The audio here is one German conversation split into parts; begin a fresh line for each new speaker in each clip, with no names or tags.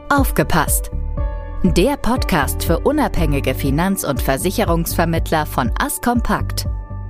Aufgepasst! Der Podcast für unabhängige Finanz- und Versicherungsvermittler von Askompakt.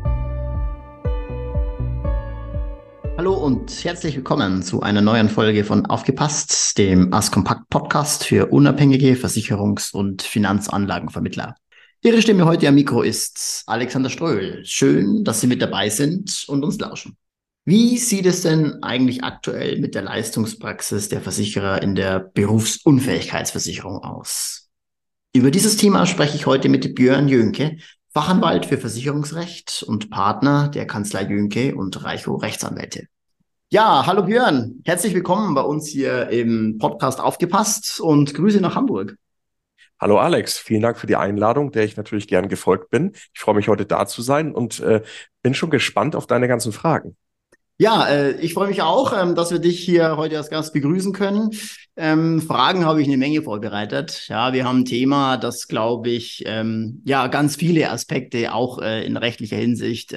Hallo und herzlich willkommen zu einer neuen Folge von Aufgepasst, dem Askompakt Podcast für unabhängige Versicherungs- und Finanzanlagenvermittler. Ihre Stimme heute am Mikro ist Alexander Ströhl. Schön, dass Sie mit dabei sind und uns lauschen. Wie sieht es denn eigentlich aktuell mit der Leistungspraxis der Versicherer in der Berufsunfähigkeitsversicherung aus? Über dieses Thema spreche ich heute mit Björn Jönke, Fachanwalt für Versicherungsrecht und Partner der Kanzlei Jönke und Reichow Rechtsanwälte. Ja, hallo Björn, herzlich willkommen bei uns hier im Podcast Aufgepasst und Grüße nach Hamburg.
Hallo Alex, vielen Dank für die Einladung, der ich natürlich gern gefolgt bin. Ich freue mich, heute da zu sein und bin schon gespannt auf deine ganzen Fragen.
Ja, ich freue mich auch, dass wir dich hier heute als Gast begrüßen können. Fragen habe ich eine Menge vorbereitet. Ja, wir haben ein Thema, das, glaube ich, ja, ganz viele Aspekte auch in rechtlicher Hinsicht,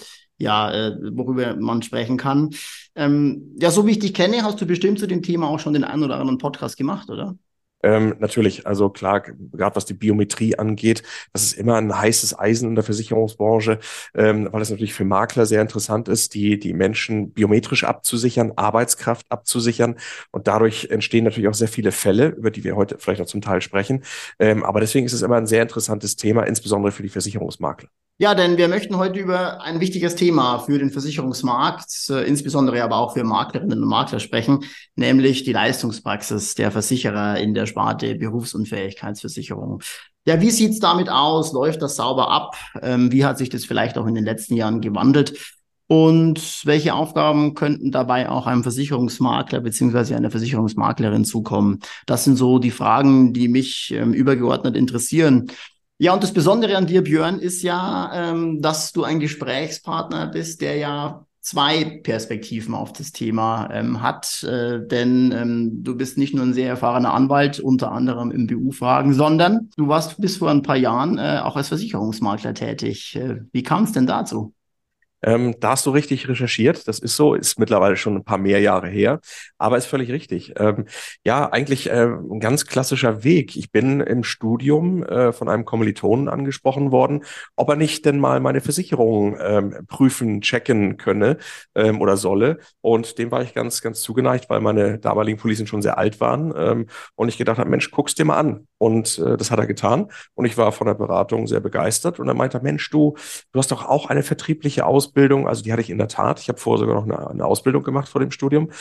worüber man sprechen kann. Ja, so wie ich dich kenne, hast du bestimmt zu dem Thema auch schon den einen oder anderen Podcast gemacht, oder?
Natürlich, also klar, gerade was die Biometrie angeht, das ist immer ein heißes Eisen in der Versicherungsbranche, weil es natürlich für Makler sehr interessant ist, die Menschen biometrisch abzusichern, Arbeitskraft abzusichern, und dadurch entstehen natürlich auch sehr viele Fälle, über die wir heute vielleicht noch zum Teil sprechen. Aber deswegen ist es immer ein sehr interessantes Thema, insbesondere für die Versicherungsmakler.
Ja, denn wir möchten heute über ein wichtiges Thema für den Versicherungsmarkt, insbesondere aber auch für Maklerinnen und Makler sprechen, nämlich die Leistungspraxis der Versicherer in der Sparte Berufsunfähigkeitsversicherung. Ja, wie sieht's damit aus? Läuft das sauber ab? Wie hat sich das vielleicht auch in den letzten Jahren gewandelt? Und welche Aufgaben könnten dabei auch einem Versicherungsmakler beziehungsweise einer Versicherungsmaklerin zukommen? Das sind so die Fragen, die mich übergeordnet interessieren. Ja, und das Besondere an dir, Björn, ist ja, dass du ein Gesprächspartner bist, der ja zwei Perspektiven auf das Thema hat. Denn du bist nicht nur ein sehr erfahrener Anwalt, unter anderem im BU-Fragen, sondern du warst bis vor ein paar Jahren auch als Versicherungsmakler tätig. Wie kam es denn dazu?
Da hast du richtig recherchiert. Das ist so, ist mittlerweile schon ein paar mehr Jahre her, aber ist völlig richtig. Ja, eigentlich ein ganz klassischer Weg. Ich bin im Studium von einem Kommilitonen angesprochen worden, ob er nicht denn mal meine Versicherung prüfen, checken könne oder solle. Und dem war ich ganz, ganz zugeneigt, weil meine damaligen Policen schon sehr alt waren. Und ich gedacht habe, Mensch, guck's dir mal an. Und das hat er getan. Und ich war von der Beratung sehr begeistert. Und er meinte, Mensch, du hast doch auch eine vertriebliche Ausbildung. Also die hatte ich in der Tat. Ich habe vorher sogar noch eine Ausbildung gemacht vor dem Studium.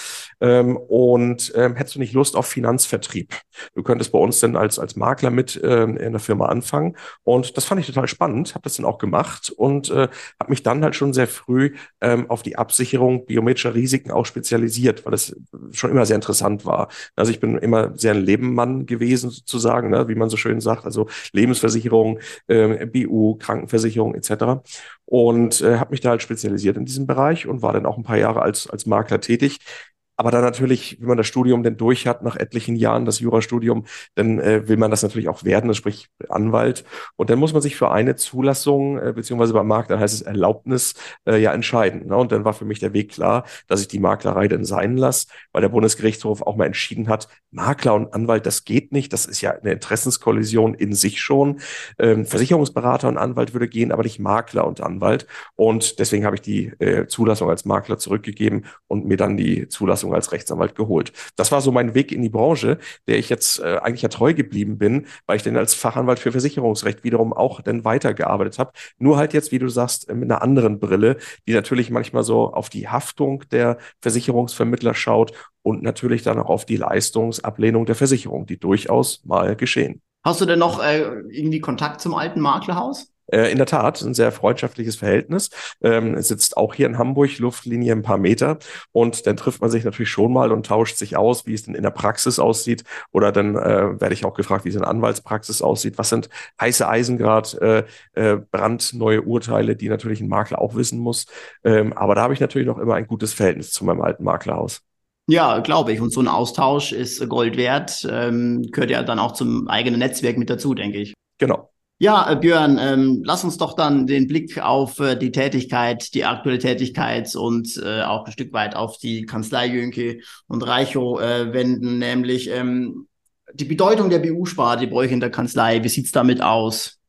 Hättest du nicht Lust auf Finanzvertrieb? Du könntest bei uns dann als Makler mit in der Firma anfangen. Und das fand ich total spannend, habe das dann auch gemacht und habe mich dann halt schon sehr früh auf die Absicherung biometrischer Risiken auch spezialisiert, weil es schon immer sehr interessant war. Also ich bin immer sehr ein Lebenmann gewesen, sozusagen, ne, wie man so schön sagt, also Lebensversicherung, BU, Krankenversicherung etc. Und habe mich da halt spezialisiert in diesem Bereich und war dann auch ein paar Jahre als Makler tätig. Aber dann natürlich, wenn man das Studium denn durch hat, nach etlichen Jahren, das Jurastudium, dann will man das natürlich auch werden, sprich Anwalt. Und dann muss man sich für eine Zulassung, beziehungsweise beim Makler heißt es Erlaubnis, ja entscheiden. Ne? Und dann war für mich der Weg klar, dass ich die Maklerei dann sein lasse, weil der Bundesgerichtshof auch mal entschieden hat, Makler und Anwalt, das geht nicht. Das ist ja eine Interessenskollision in sich schon. Versicherungsberater und Anwalt würde gehen, aber nicht Makler und Anwalt. Und deswegen habe ich die Zulassung als Makler zurückgegeben und mir dann die Zulassung als Rechtsanwalt geholt. Das war so mein Weg in die Branche, der ich jetzt eigentlich ja treu geblieben bin, weil ich dann als Fachanwalt für Versicherungsrecht wiederum auch dann weitergearbeitet habe. Nur halt jetzt, wie du sagst, mit einer anderen Brille, die natürlich manchmal so auf die Haftung der Versicherungsvermittler schaut und natürlich dann auch auf die Leistungsablehnung der Versicherung, die durchaus mal geschehen.
Hast du denn noch irgendwie Kontakt zum alten Maklerhaus?
In der Tat, ein sehr freundschaftliches Verhältnis. Es sitzt auch hier in Hamburg, Luftlinie ein paar Meter. Und dann trifft man sich natürlich schon mal und tauscht sich aus, wie es denn in der Praxis aussieht. Oder dann werde ich auch gefragt, wie es in der Anwaltspraxis aussieht. Was sind heiße Eisen gerade, brandneue Urteile, die natürlich ein Makler auch wissen muss. Aber da habe ich natürlich noch immer ein gutes Verhältnis zu meinem alten Maklerhaus.
Ja, glaube ich. Und so ein Austausch ist Gold wert, gehört ja dann auch zum eigenen Netzwerk mit dazu, denke ich.
Genau.
Ja, Björn, lass uns doch dann den Blick auf die Tätigkeit, die aktuelle Tätigkeit und auch ein Stück weit auf die Kanzlei Jönke und Reichow wenden, nämlich die Bedeutung der BU-Sparte bei euch in der Kanzlei, wie sieht's damit aus?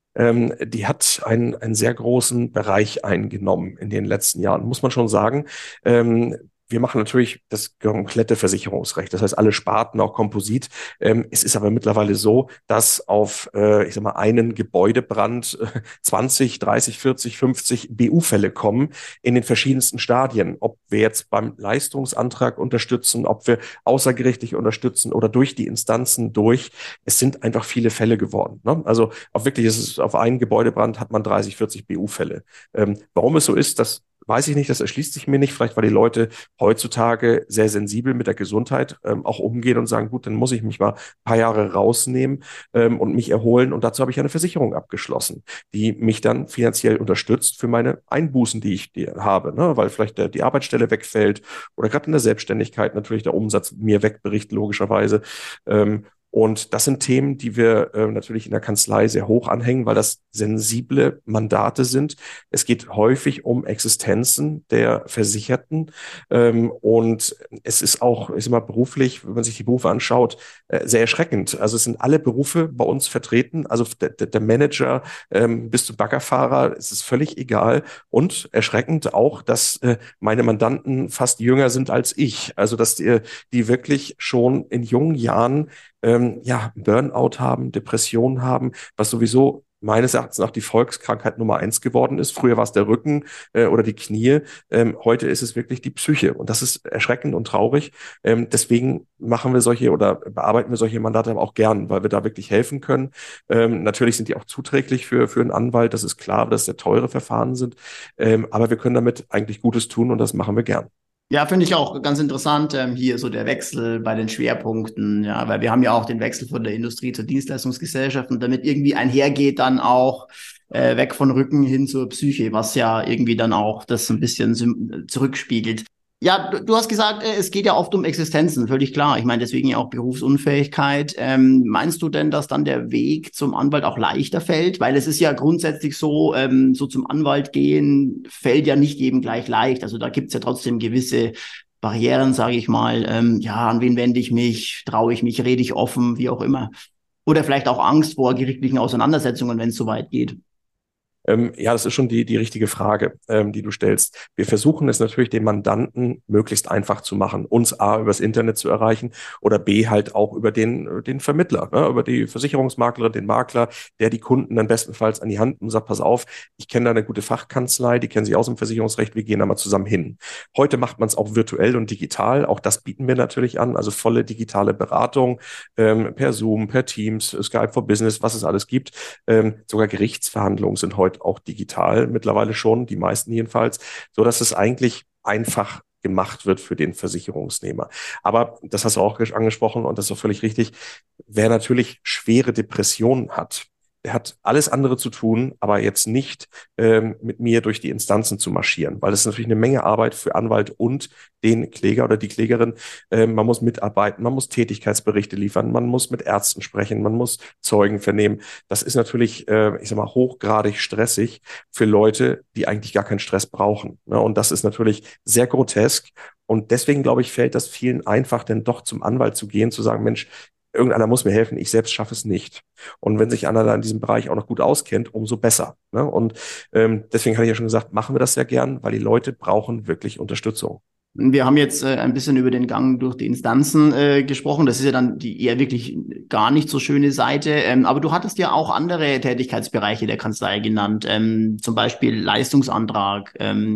Die hat einen sehr großen Bereich eingenommen in den letzten Jahren, muss man schon sagen. Wir machen natürlich das komplette Versicherungsrecht, das heißt alle Sparten, auch Komposit. Es ist aber mittlerweile so, dass auf, ich sag mal, einen Gebäudebrand 20, 30, 40, 50 BU-Fälle kommen in den verschiedensten Stadien. Ob wir jetzt beim Leistungsantrag unterstützen, ob wir außergerichtlich unterstützen oder durch die Instanzen durch. Es sind einfach viele Fälle geworden. Ne? Also auch wirklich, ist es auf einen Gebäudebrand hat man 30, 40 BU-Fälle. Warum es so ist, das weiß ich nicht, das erschließt sich mir nicht. Vielleicht, weil die Leute heutzutage sehr sensibel mit der Gesundheit auch umgehen und sagen, gut, dann muss ich mich mal ein paar Jahre rausnehmen und mich erholen. Und dazu habe ich eine Versicherung abgeschlossen, die mich dann finanziell unterstützt für meine Einbußen, die ich habe, ne? Weil vielleicht die Arbeitsstelle wegfällt oder gerade in der Selbstständigkeit natürlich der Umsatz mir wegbricht, logischerweise. Und das sind Themen, die wir natürlich in der Kanzlei sehr hoch anhängen, weil das sensible Mandate sind. Es geht häufig um Existenzen der Versicherten. Und es ist auch, ich sag mal, beruflich, wenn man sich die Berufe anschaut, sehr erschreckend. Also es sind alle Berufe bei uns vertreten. Also der Manager bis zum Baggerfahrer, es ist völlig egal. Und erschreckend auch, dass meine Mandanten fast jünger sind als ich. Also dass die wirklich schon in jungen Jahren Burnout haben, Depressionen haben, was sowieso meines Erachtens nach die Volkskrankheit Nummer 1 geworden ist. Früher war es der Rücken oder die Knie. Heute ist es wirklich die Psyche. Und das ist erschreckend und traurig. Deswegen machen wir solche oder bearbeiten wir solche Mandate aber auch gern, weil wir da wirklich helfen können. Natürlich sind die auch zuträglich für einen Anwalt. Das ist klar, dass sehr teure Verfahren sind. Aber wir können damit eigentlich Gutes tun und das machen wir gern.
Ja, finde ich auch ganz interessant, hier so der Wechsel bei den Schwerpunkten, ja, weil wir haben ja auch den Wechsel von der Industrie zur Dienstleistungsgesellschaft und damit irgendwie einhergeht dann auch weg von Rücken hin zur Psyche, was ja irgendwie dann auch das ein bisschen zurückspiegelt. Ja, du hast gesagt, es geht ja oft um Existenzen, völlig klar. Ich meine, deswegen ja auch Berufsunfähigkeit. Meinst du denn, dass dann der Weg zum Anwalt auch leichter fällt? Weil es ist ja grundsätzlich so, so zum Anwalt gehen fällt ja nicht jedem gleich leicht. Also da gibt's ja trotzdem gewisse Barrieren, sage ich mal. Ja, an wen wende ich mich? Traue ich mich? Rede ich offen? Wie auch immer. Oder vielleicht auch Angst vor gerichtlichen Auseinandersetzungen, wenn es so weit geht.
Ja, das ist schon die richtige Frage, die du stellst. Wir versuchen es natürlich den Mandanten möglichst einfach zu machen, uns A, übers Internet zu erreichen oder B, halt auch über den Vermittler, ne, über die Versicherungsmaklerin, den Makler, der die Kunden dann bestenfalls an die Hand und sagt, pass auf, ich kenne da eine gute Fachkanzlei, die kennen sich aus dem Versicherungsrecht, wir gehen da mal zusammen hin. Heute macht man es auch virtuell und digital, auch das bieten wir natürlich an, also volle digitale Beratung, per Zoom, per Teams, Skype for Business, was es alles gibt. Sogar Gerichtsverhandlungen sind heute auch digital mittlerweile schon, die meisten jedenfalls, so dass es eigentlich einfach gemacht wird für den Versicherungsnehmer. Aber das hast du auch angesprochen und das ist auch völlig richtig. Wer natürlich schwere Depressionen hat, der hat alles andere zu tun, aber jetzt nicht mit mir durch die Instanzen zu marschieren, weil das ist natürlich eine Menge Arbeit für Anwalt und den Kläger oder die Klägerin. Man muss mitarbeiten, man muss Tätigkeitsberichte liefern, man muss mit Ärzten sprechen, man muss Zeugen vernehmen. Das ist natürlich, ich sag mal, hochgradig stressig für Leute, die eigentlich gar keinen Stress brauchen. Ne? Und das ist natürlich sehr grotesk. Und deswegen, glaube ich, fällt das vielen einfach, denn doch zum Anwalt zu gehen, zu sagen, Mensch, irgendeiner muss mir helfen, ich selbst schaffe es nicht. Und wenn sich einer da in diesem Bereich auch noch gut auskennt, umso besser. Ne? Und deswegen habe ich ja schon gesagt, machen wir das sehr gern, weil die Leute brauchen wirklich Unterstützung.
Wir haben jetzt ein bisschen über den Gang durch die Instanzen gesprochen. Das ist ja dann die eher wirklich gar nicht so schöne Seite. Aber du hattest ja auch andere Tätigkeitsbereiche der Kanzlei genannt, zum Beispiel Leistungsantrag.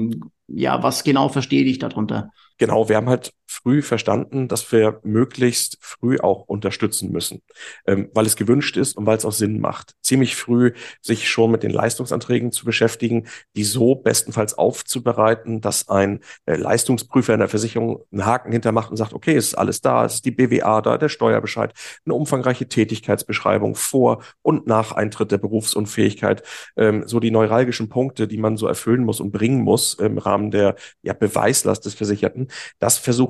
Ja, was genau verstehe ich darunter?
Genau, wir haben halt früh verstanden, dass wir möglichst früh auch unterstützen müssen, weil es gewünscht ist und weil es auch Sinn macht. Ziemlich früh sich schon mit den Leistungsanträgen zu beschäftigen, die so bestenfalls aufzubereiten, dass ein Leistungsprüfer in der Versicherung einen Haken hintermacht und sagt, okay, es ist alles da, es ist die BWA da, der Steuerbescheid, eine umfangreiche Tätigkeitsbeschreibung vor und nach Eintritt der Berufsunfähigkeit, so die neuralgischen Punkte, die man so erfüllen muss und bringen muss im Rahmen der Beweislast des Versicherten. Das versuchen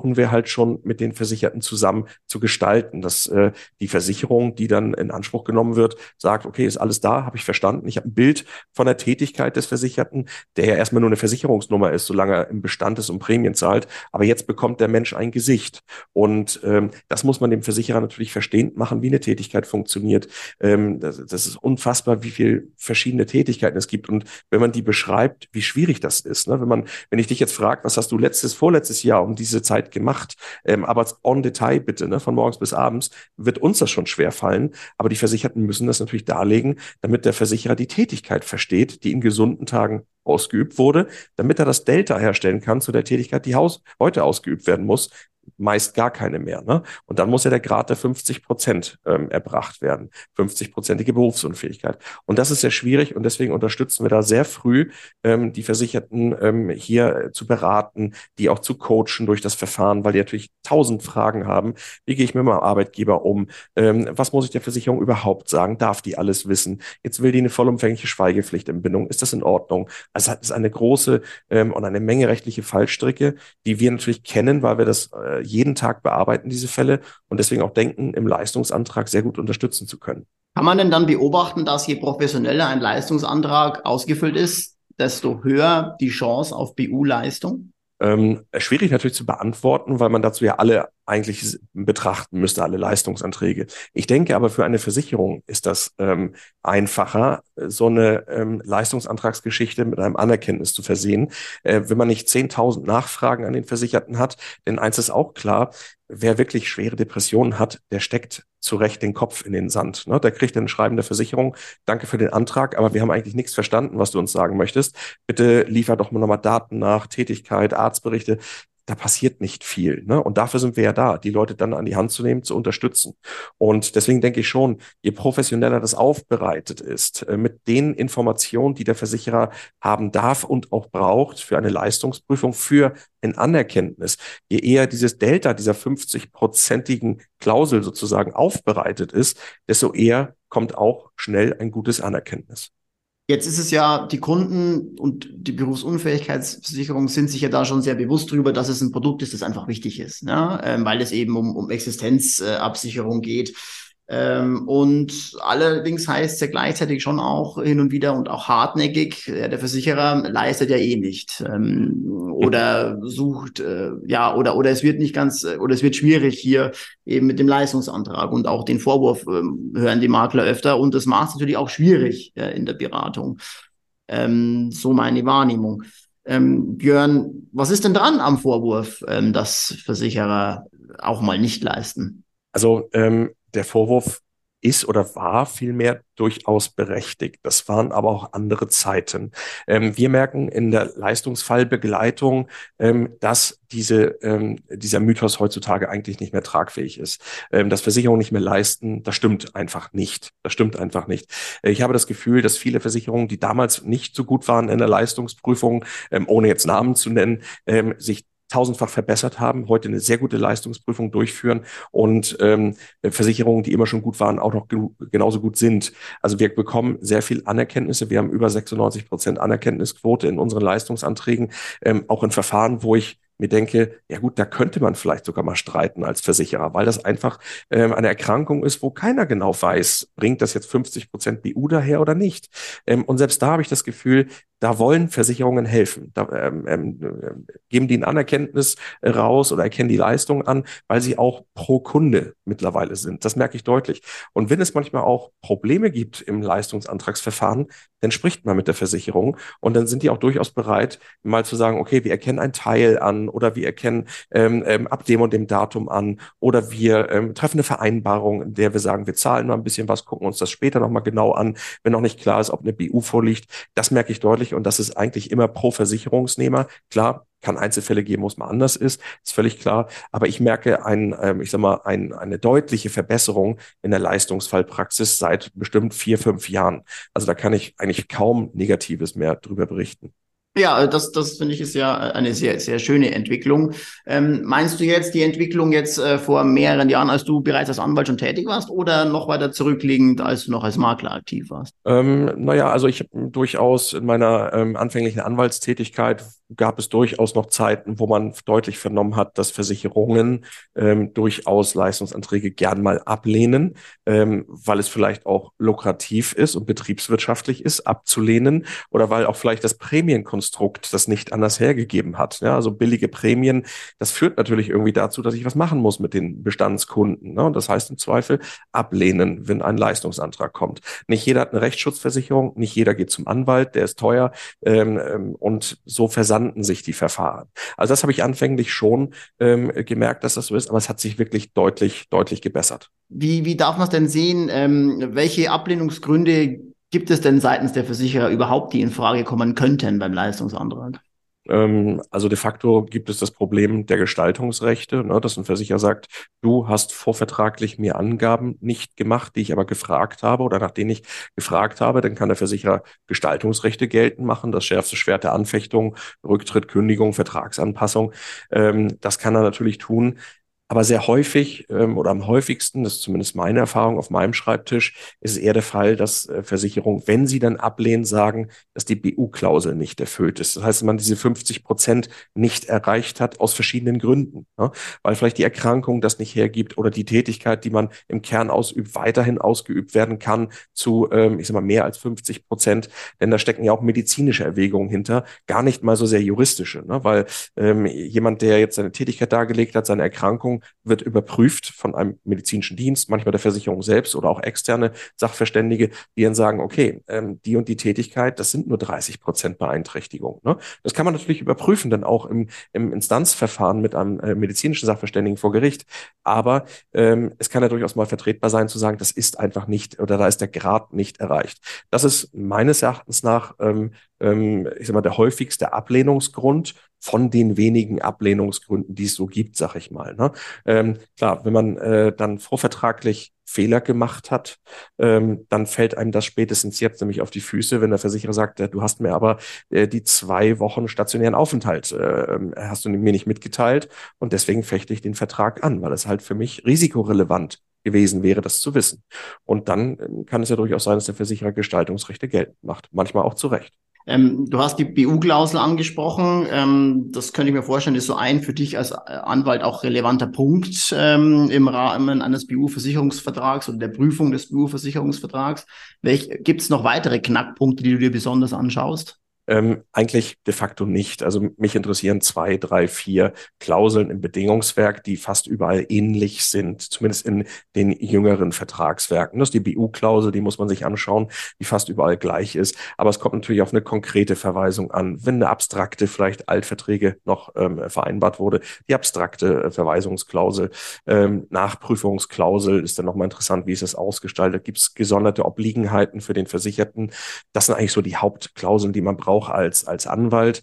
versuchen wir halt schon mit den Versicherten zusammen zu gestalten, dass die Versicherung, die dann in Anspruch genommen wird, sagt, okay, ist alles da, habe ich verstanden. Ich habe ein Bild von der Tätigkeit des Versicherten, der ja erstmal nur eine Versicherungsnummer ist, solange er im Bestand ist und Prämien zahlt. Aber jetzt bekommt der Mensch ein Gesicht. Und das muss man dem Versicherer natürlich verstehend machen, wie eine Tätigkeit funktioniert. Das ist unfassbar, wie viel verschiedene Tätigkeiten es gibt. Und wenn man die beschreibt, wie schwierig das ist. Ne? Wenn ich dich jetzt frage, was hast du vorletztes Jahr um diese Zeit gemacht, aber on Detail bitte, ne? Von morgens bis abends, wird uns das schon schwer fallen. Aber die Versicherten müssen das natürlich darlegen, damit der Versicherer die Tätigkeit versteht, die in gesunden Tagen ausgeübt wurde, damit er das Delta herstellen kann zu der Tätigkeit, die heute ausgeübt werden muss. Meist gar keine mehr. Ne? Und dann muss ja der Grad der 50% erbracht werden. 50-prozentige Berufsunfähigkeit. Und das ist sehr schwierig und deswegen unterstützen wir da sehr früh die Versicherten hier zu beraten, die auch zu coachen durch das Verfahren, weil die natürlich 1000 Fragen haben. Wie gehe ich mit meinem Arbeitgeber um? Was muss ich der Versicherung überhaupt sagen? Darf die alles wissen? Jetzt will die eine vollumfängliche Schweigepflichtentbindung. Ist das in Ordnung? Also es ist eine große und eine Menge rechtliche Fallstricke, die wir natürlich kennen, weil wir das jeden Tag bearbeiten, diese Fälle, und deswegen auch denken, im Leistungsantrag sehr gut unterstützen zu können.
Kann man denn dann beobachten, dass je professioneller ein Leistungsantrag ausgefüllt ist, desto höher die Chance auf BU-Leistung?
Schwierig natürlich zu beantworten, weil man dazu ja alle eigentlich betrachten müsste, alle Leistungsanträge. Ich denke aber, für eine Versicherung ist das einfacher, so eine Leistungsantragsgeschichte mit einem Anerkenntnis zu versehen, wenn man nicht 10.000 Nachfragen an den Versicherten hat. Denn eins ist auch klar, wer wirklich schwere Depressionen hat, der steckt zu Recht den Kopf in den Sand. Ne? Der kriegt ein Schreiben der Versicherung, danke für den Antrag, aber wir haben eigentlich nichts verstanden, was du uns sagen möchtest. Bitte liefer doch mal nochmal Daten nach, Tätigkeit, Arztberichte. Da passiert nicht viel. Ne? Und dafür sind wir ja da, die Leute dann an die Hand zu nehmen, zu unterstützen. Und deswegen denke ich schon, je professioneller das aufbereitet ist, mit den Informationen, die der Versicherer haben darf und auch braucht für eine Leistungsprüfung, für ein Anerkenntnis, je eher dieses Delta, dieser 50-prozentigen Klausel sozusagen aufbereitet ist, desto eher kommt auch schnell ein gutes Anerkenntnis.
Jetzt ist es ja, die Kunden und die Berufsunfähigkeitsversicherung sind sich ja da schon sehr bewusst darüber, dass es ein Produkt ist, das einfach wichtig ist, ne? Weil es eben um Existenzabsicherung geht. Und allerdings heißt es ja gleichzeitig schon auch hin und wieder und auch hartnäckig, der Versicherer leistet ja eh nicht oder sucht, oder es wird nicht ganz, oder es wird schwierig hier eben mit dem Leistungsantrag, und auch den Vorwurf hören die Makler öfter, und das macht es natürlich auch schwierig in der Beratung. So meine Wahrnehmung. Björn, was ist denn dran am Vorwurf, dass Versicherer auch mal nicht leisten?
Also der Vorwurf ist oder war vielmehr durchaus berechtigt. Das waren aber auch andere Zeiten. Wir merken in der Leistungsfallbegleitung, dass dieser Mythos heutzutage eigentlich nicht mehr tragfähig ist. Dass Versicherungen nicht mehr leisten, das stimmt einfach nicht. Das stimmt einfach nicht. Ich habe das Gefühl, dass viele Versicherungen, die damals nicht so gut waren in der Leistungsprüfung, ohne jetzt Namen zu nennen, sich tausendfach verbessert haben, heute eine sehr gute Leistungsprüfung durchführen und Versicherungen, die immer schon gut waren, auch noch genauso gut sind. Also wir bekommen sehr viel Anerkenntnisse. Wir haben über 96% Anerkenntnisquote in unseren Leistungsanträgen, auch in Verfahren, wo ich mir denke, ja gut, da könnte man vielleicht sogar mal streiten als Versicherer, weil das einfach eine Erkrankung ist, wo keiner genau weiß, bringt das jetzt 50% BU daher oder nicht. Und selbst da habe ich das Gefühl, da wollen Versicherungen helfen. Da geben die ein Anerkenntnis raus oder erkennen die Leistung an, weil sie auch pro Kunde mittlerweile sind. Das merke ich deutlich. Und wenn es manchmal auch Probleme gibt im Leistungsantragsverfahren, dann spricht man mit der Versicherung und dann sind die auch durchaus bereit, mal zu sagen, okay, wir erkennen ein Teil an oder wir erkennen ab dem und dem Datum an oder wir treffen eine Vereinbarung, in der wir sagen, wir zahlen noch ein bisschen was, gucken uns das später nochmal genau an, wenn noch nicht klar ist, ob eine BU vorliegt. Das merke ich deutlich und das ist eigentlich immer pro Versicherungsnehmer. Klar, kann Einzelfälle geben, wo es mal anders ist völlig klar. Aber ich merke eine deutliche Verbesserung in der Leistungsfallpraxis seit bestimmt 4, 5 Jahren. Also da kann ich eigentlich kaum Negatives mehr drüber berichten.
Ja, das finde ich ist ja eine sehr, sehr schöne Entwicklung. Meinst du jetzt die Entwicklung jetzt vor mehreren Jahren, als du bereits als Anwalt schon tätig warst, oder noch weiter zurückliegend, als du noch als Makler aktiv warst?
Naja, also ich habe durchaus in meiner anfänglichen Anwaltstätigkeit gab es durchaus noch Zeiten, wo man deutlich vernommen hat, dass Versicherungen durchaus Leistungsanträge gern mal ablehnen, weil es vielleicht auch lukrativ ist und betriebswirtschaftlich ist, abzulehnen oder weil auch vielleicht das Prämienkonstrukt das nicht anders hergegeben hat. Ja, also billige Prämien, das führt natürlich irgendwie dazu, dass ich was machen muss mit den Bestandskunden. Ne? Und das heißt im Zweifel ablehnen, wenn ein Leistungsantrag kommt. Nicht jeder hat eine Rechtsschutzversicherung, nicht jeder geht zum Anwalt, der ist teuer und so versanden sich die Verfahren. Also das habe ich anfänglich schon gemerkt, dass das so ist, aber es hat sich wirklich deutlich, deutlich gebessert.
Wie darf man es denn sehen? Welche Ablehnungsgründe gibt es denn seitens der Versicherer überhaupt, die in Frage kommen könnten beim Leistungsantrag?
Also de facto gibt es das Problem der Gestaltungsrechte, ne, dass ein Versicherer sagt, du hast vorvertraglich mir Angaben nicht gemacht, die ich aber gefragt habe oder nach denen ich gefragt habe, dann kann der Versicherer Gestaltungsrechte geltend machen, das schärfste Schwert der Anfechtung, Rücktritt, Kündigung, Vertragsanpassung. Das kann er natürlich tun. Aber sehr häufig oder am häufigsten, das ist zumindest meine Erfahrung auf meinem Schreibtisch, ist es eher der Fall, dass Versicherungen, wenn sie dann ablehnen, sagen, dass die BU-Klausel nicht erfüllt ist. Das heißt, dass man diese 50% nicht erreicht hat aus verschiedenen Gründen. Ne? Weil vielleicht die Erkrankung das nicht hergibt oder die Tätigkeit, die man im Kern ausübt, weiterhin ausgeübt werden kann zu, ich sag mal, mehr als 50%. Denn da stecken ja auch medizinische Erwägungen hinter, gar nicht mal so sehr juristische. Ne? Weil jemand, der jetzt seine Tätigkeit dargelegt hat, seine Erkrankung, wird überprüft von einem medizinischen Dienst, manchmal der Versicherung selbst oder auch externe Sachverständige, die dann sagen, okay, die und die Tätigkeit, das sind nur 30% Beeinträchtigung. Ne? Das kann man natürlich überprüfen, dann auch im Instanzverfahren mit einem medizinischen Sachverständigen vor Gericht. Aber es kann ja durchaus mal vertretbar sein, zu sagen, das ist einfach nicht oder da ist der Grad nicht erreicht. Das ist meines Erachtens nach ich sag mal, der häufigste Ablehnungsgrund von den wenigen Ablehnungsgründen, die es so gibt, sag ich mal. Ne? Klar, wenn man dann vorvertraglich Fehler gemacht hat, dann fällt einem das spätestens jetzt nämlich auf die Füße, wenn der Versicherer sagt, du hast mir aber die 2 Wochen stationären Aufenthalt hast du mir nicht mitgeteilt und deswegen fechte ich den Vertrag an, weil es halt für mich risikorelevant gewesen wäre, das zu wissen. Und dann kann es ja durchaus sein, dass der Versicherer Gestaltungsrechte geltend macht, manchmal auch zu Recht.
Du hast die BU-Klausel angesprochen. Das könnte ich mir vorstellen, ist so ein für dich als Anwalt auch relevanter Punkt im Rahmen eines BU-Versicherungsvertrags oder der Prüfung des BU-Versicherungsvertrags. Gibt es noch weitere Knackpunkte, die du dir besonders anschaust?
Eigentlich de facto nicht. Also mich interessieren 2, 3, 4 Klauseln im Bedingungswerk, die fast überall ähnlich sind, zumindest in den jüngeren Vertragswerken. Das ist die BU-Klausel, die muss man sich anschauen, die fast überall gleich ist. Aber es kommt natürlich auf eine konkrete Verweisung an. Wenn eine abstrakte, vielleicht Altverträge noch vereinbart wurde, die abstrakte Verweisungsklausel, Nachprüfungsklausel ist dann nochmal interessant, wie ist das ausgestaltet? Gibt es gesonderte Obliegenheiten für den Versicherten? Das sind eigentlich so die Hauptklauseln, die man braucht als Anwalt.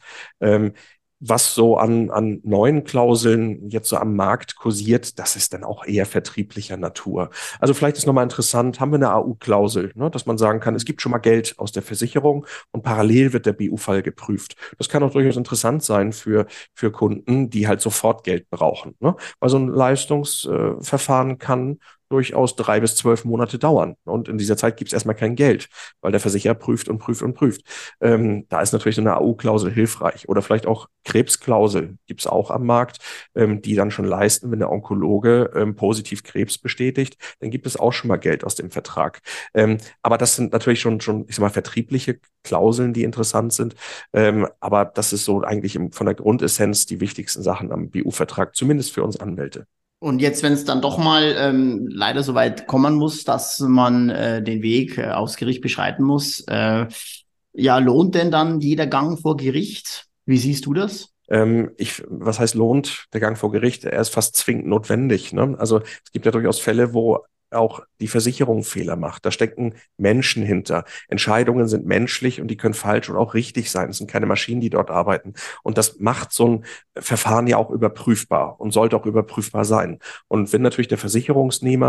Was so an neuen Klauseln jetzt so am Markt kursiert, das ist dann auch eher vertrieblicher Natur. Also vielleicht ist nochmal interessant, haben wir eine AU-Klausel, ne, dass man sagen kann, es gibt schon mal Geld aus der Versicherung und parallel wird der BU-Fall geprüft. Das kann auch durchaus interessant sein für Kunden, die halt sofort Geld brauchen. Ne? Weil so ein Leistungsverfahren kann durchaus 3 bis 12 Monate dauern. Und in dieser Zeit gibt es erstmal kein Geld, weil der Versicherer prüft und prüft und prüft. Da ist natürlich so eine AU-Klausel hilfreich. Oder vielleicht auch Krebsklausel gibt es auch am Markt, die dann schon leisten, wenn der Onkologe positiv Krebs bestätigt, dann gibt es auch schon mal Geld aus dem Vertrag. Aber das sind natürlich schon, ich sag mal, vertriebliche Klauseln, die interessant sind. Aber das ist so eigentlich von der Grundessenz die wichtigsten Sachen am BU-Vertrag, zumindest für uns Anwälte.
Und jetzt, wenn es dann doch mal leider so weit kommen muss, dass man den Weg aufs Gericht beschreiten muss, ja, lohnt denn dann jeder Gang vor Gericht? Wie siehst du das?
Was heißt lohnt der Gang vor Gericht? Er ist fast zwingend notwendig. Ne? Also es gibt ja durchaus Fälle, wo auch die Versicherung Fehler macht. Da stecken Menschen hinter. Entscheidungen sind menschlich und die können falsch und auch richtig sein. Es sind keine Maschinen, die dort arbeiten. Und das macht so ein Verfahren ja auch überprüfbar und sollte auch überprüfbar sein. Und wenn natürlich der Versicherungsnehmer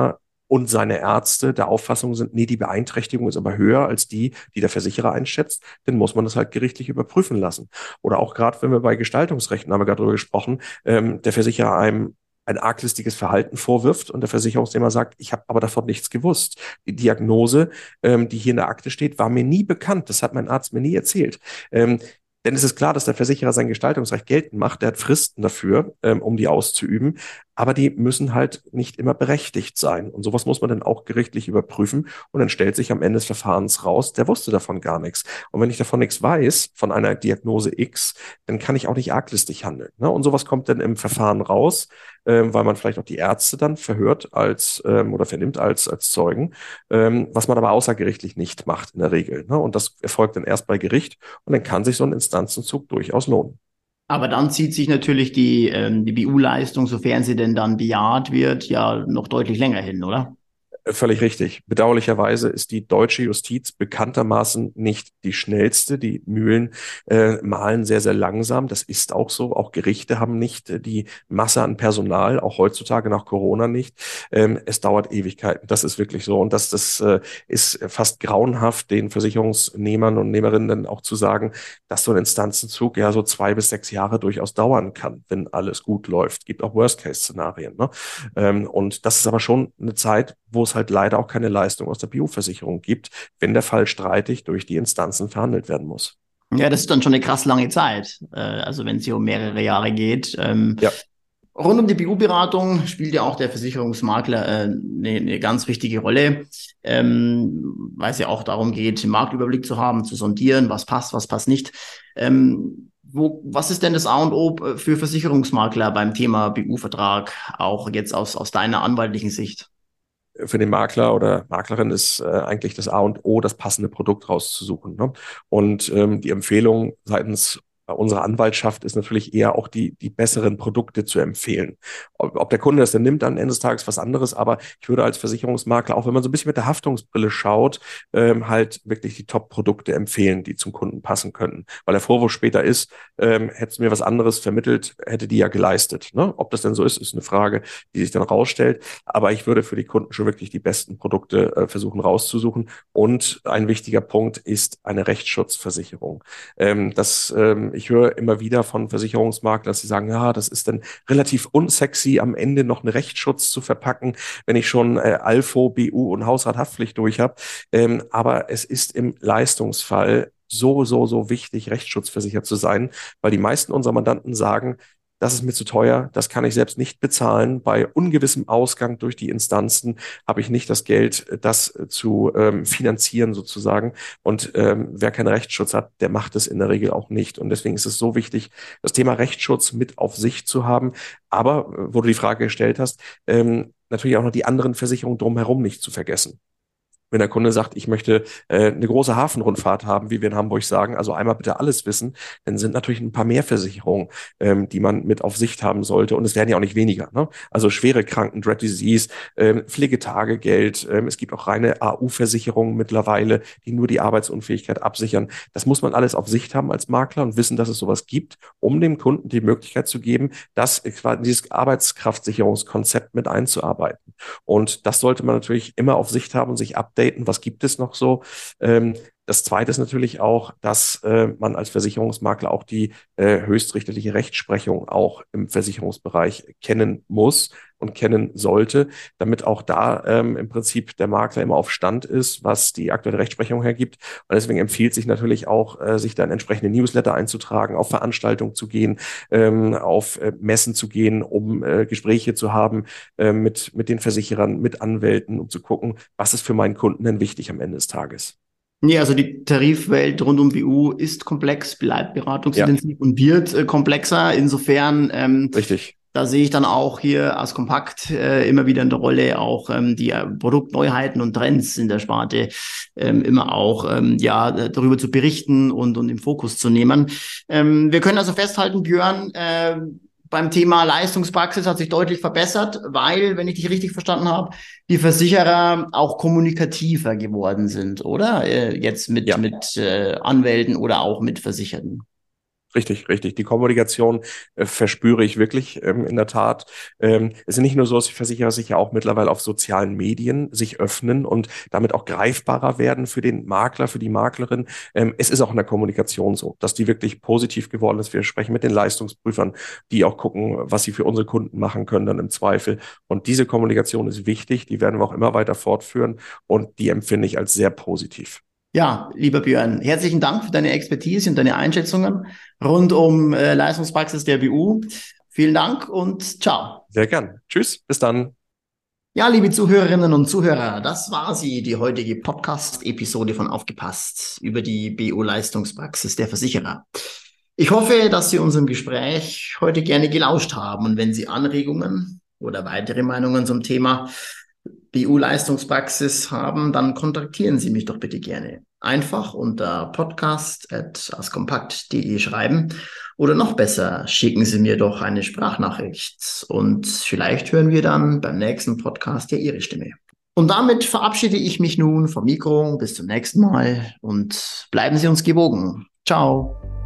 und seine Ärzte der Auffassung sind, nee, die Beeinträchtigung ist aber höher als die der Versicherer einschätzt, dann muss man das halt gerichtlich überprüfen lassen. Oder auch gerade, wenn wir bei Gestaltungsrechten, haben wir gerade darüber gesprochen, der Versicherer einem ein arglistiges Verhalten vorwirft und der Versicherungsnehmer sagt, ich habe aber davon nichts gewusst. Die Diagnose, die hier in der Akte steht, war mir nie bekannt. Das hat mein Arzt mir nie erzählt. Denn es ist klar, dass der Versicherer sein Gestaltungsrecht geltend macht. Der hat Fristen dafür, um die auszuüben. Aber die müssen halt nicht immer berechtigt sein. Und sowas muss man dann auch gerichtlich überprüfen. Und dann stellt sich am Ende des Verfahrens raus, der wusste davon gar nichts. Und wenn ich davon nichts weiß, von einer Diagnose X, dann kann ich auch nicht arglistig handeln. Ne? Und sowas kommt dann im Verfahren raus, weil man vielleicht auch die Ärzte dann verhört oder vernimmt als Zeugen, was man aber außergerichtlich nicht macht in der Regel. Ne? Und das erfolgt dann erst bei Gericht. Und dann kann sich so ein Instanzenzug durchaus lohnen.
Aber dann zieht sich natürlich die BU-Leistung, sofern sie denn dann bejaht wird, ja noch deutlich länger hin, oder?
Völlig richtig. Bedauerlicherweise ist die deutsche Justiz bekanntermaßen nicht die schnellste. Die Mühlen mahlen sehr, sehr langsam. Das ist auch so. Auch Gerichte haben nicht die Masse an Personal, auch heutzutage nach Corona nicht. Es dauert Ewigkeiten. Das ist wirklich so. Und das ist fast grauenhaft, den Versicherungsnehmern und Nehmerinnen dann auch zu sagen, dass so ein Instanzenzug ja so 2 bis 6 Jahre durchaus dauern kann, wenn alles gut läuft. Gibt auch Worst-Case-Szenarien. Ne? Und das ist aber schon eine Zeit, wo es halt leider auch keine Leistung aus der BU-Versicherung gibt, wenn der Fall streitig durch die Instanzen verhandelt werden muss.
Ja, das ist dann schon eine krass lange Zeit. Also wenn es hier um mehrere Jahre geht.
Ja.
Rund um die BU-Beratung spielt ja auch der Versicherungsmakler eine ganz wichtige Rolle, weil es ja auch darum geht, den Marktüberblick zu haben, zu sondieren, was passt nicht. Was ist denn das A und O für Versicherungsmakler beim Thema BU-Vertrag, auch jetzt aus deiner anwaltlichen Sicht?
Für den Makler oder Maklerin ist eigentlich das A und O, das passende Produkt rauszusuchen. Ne? Und die Empfehlung seitens unserer Anwaltschaft ist natürlich eher auch die besseren Produkte zu empfehlen. Ob der Kunde das denn nimmt, am Ende des Tages was anderes, aber ich würde als Versicherungsmakler, auch wenn man so ein bisschen mit der Haftungsbrille schaut, halt wirklich die Top-Produkte empfehlen, die zum Kunden passen könnten. Weil der Vorwurf später ist, hättest du mir was anderes vermittelt, hätte die ja geleistet. Ne? Ob das denn so ist eine Frage, die sich dann rausstellt. Aber ich würde für die Kunden schon wirklich die besten Produkte versuchen rauszusuchen. Und ein wichtiger Punkt ist eine Rechtsschutzversicherung. Ich höre immer wieder von Versicherungsmaklern, dass sie sagen, ja, das ist dann relativ unsexy, am Ende noch einen Rechtsschutz zu verpacken, wenn ich schon Alfo, BU und Hausrathaftpflicht durch habe. Aber es ist im Leistungsfall so wichtig, rechtsschutzversichert zu sein, weil die meisten unserer Mandanten sagen, das ist mir zu teuer, das kann ich selbst nicht bezahlen. Bei ungewissem Ausgang durch die Instanzen habe ich nicht das Geld, das zu finanzieren sozusagen. Und wer keinen Rechtsschutz hat, der macht es in der Regel auch nicht. Und deswegen ist es so wichtig, das Thema Rechtsschutz mit auf sich zu haben. Aber, wo du die Frage gestellt hast, natürlich auch noch die anderen Versicherungen drumherum nicht zu vergessen. Wenn der Kunde sagt, ich möchte eine große Hafenrundfahrt haben, wie wir in Hamburg sagen, also einmal bitte alles wissen, dann sind natürlich ein paar mehr Versicherungen, die man mit auf Sicht haben sollte. Und es werden ja auch nicht weniger. Ne? Also schwere Kranken, Dread Disease, Pflegetagegeld. Es gibt auch reine AU-Versicherungen mittlerweile, die nur die Arbeitsunfähigkeit absichern. Das muss man alles auf Sicht haben als Makler und wissen, dass es sowas gibt, um dem Kunden die Möglichkeit zu geben, dieses Arbeitskraftsicherungskonzept mit einzuarbeiten. Und das sollte man natürlich immer auf Sicht haben und sich updaten, was gibt es noch so. Das Zweite ist natürlich auch, dass man als Versicherungsmakler auch die höchstrichterliche Rechtsprechung auch im Versicherungsbereich kennen muss und kennen sollte, damit auch da im Prinzip der Makler immer auf Stand ist, was die aktuelle Rechtsprechung hergibt. Und deswegen empfiehlt sich natürlich auch, sich da in entsprechende Newsletter einzutragen, auf Veranstaltungen zu gehen, auf Messen zu gehen, um Gespräche zu haben mit den Versicherern, mit Anwälten, um zu gucken, was ist für meinen Kunden denn wichtig am Ende des Tages.
Nee, also die Tarifwelt rund um BU ist komplex, bleibt beratungsintensiv und wird komplexer. Insofern,
Richtig.
Da sehe ich dann auch hier als Kompakt immer wieder in der Rolle auch die Produktneuheiten und Trends in der Sparte immer auch darüber zu berichten und im Fokus zu nehmen. Wir können also festhalten, Björn, beim Thema Leistungspraxis hat sich deutlich verbessert, weil, wenn ich dich richtig verstanden habe, die Versicherer auch kommunikativer geworden sind, oder? Jetzt mit Anwälten oder auch mit Versicherten.
Richtig, richtig. Die Kommunikation verspüre ich wirklich in der Tat. Es ist nicht nur so, dass die Versicherer sich ja auch mittlerweile auf sozialen Medien sich öffnen und damit auch greifbarer werden für den Makler, für die Maklerin. Es ist auch in der Kommunikation so, dass die wirklich positiv geworden ist. Wir sprechen mit den Leistungsprüfern, die auch gucken, was sie für unsere Kunden machen können dann im Zweifel. Und diese Kommunikation ist wichtig, die werden wir auch immer weiter fortführen und die empfinde ich als sehr positiv.
Ja, lieber Björn, herzlichen Dank für deine Expertise und deine Einschätzungen rund um Leistungspraxis der BU. Vielen Dank und ciao.
Sehr gern. Tschüss, bis dann.
Ja, liebe Zuhörerinnen und Zuhörer, das war sie, die heutige Podcast-Episode von Aufgepasst über die BU-Leistungspraxis der Versicherer. Ich hoffe, dass Sie unserem Gespräch heute gerne gelauscht haben und wenn Sie Anregungen oder weitere Meinungen zum Thema BU-Leistungspraxis haben, dann kontaktieren Sie mich doch bitte gerne. Einfach unter podcast@ascompact.de schreiben oder noch besser, schicken Sie mir doch eine Sprachnachricht und vielleicht hören wir dann beim nächsten Podcast ja Ihre Stimme. Und damit verabschiede ich mich nun vom Mikro. Bis zum nächsten Mal und bleiben Sie uns gewogen. Ciao.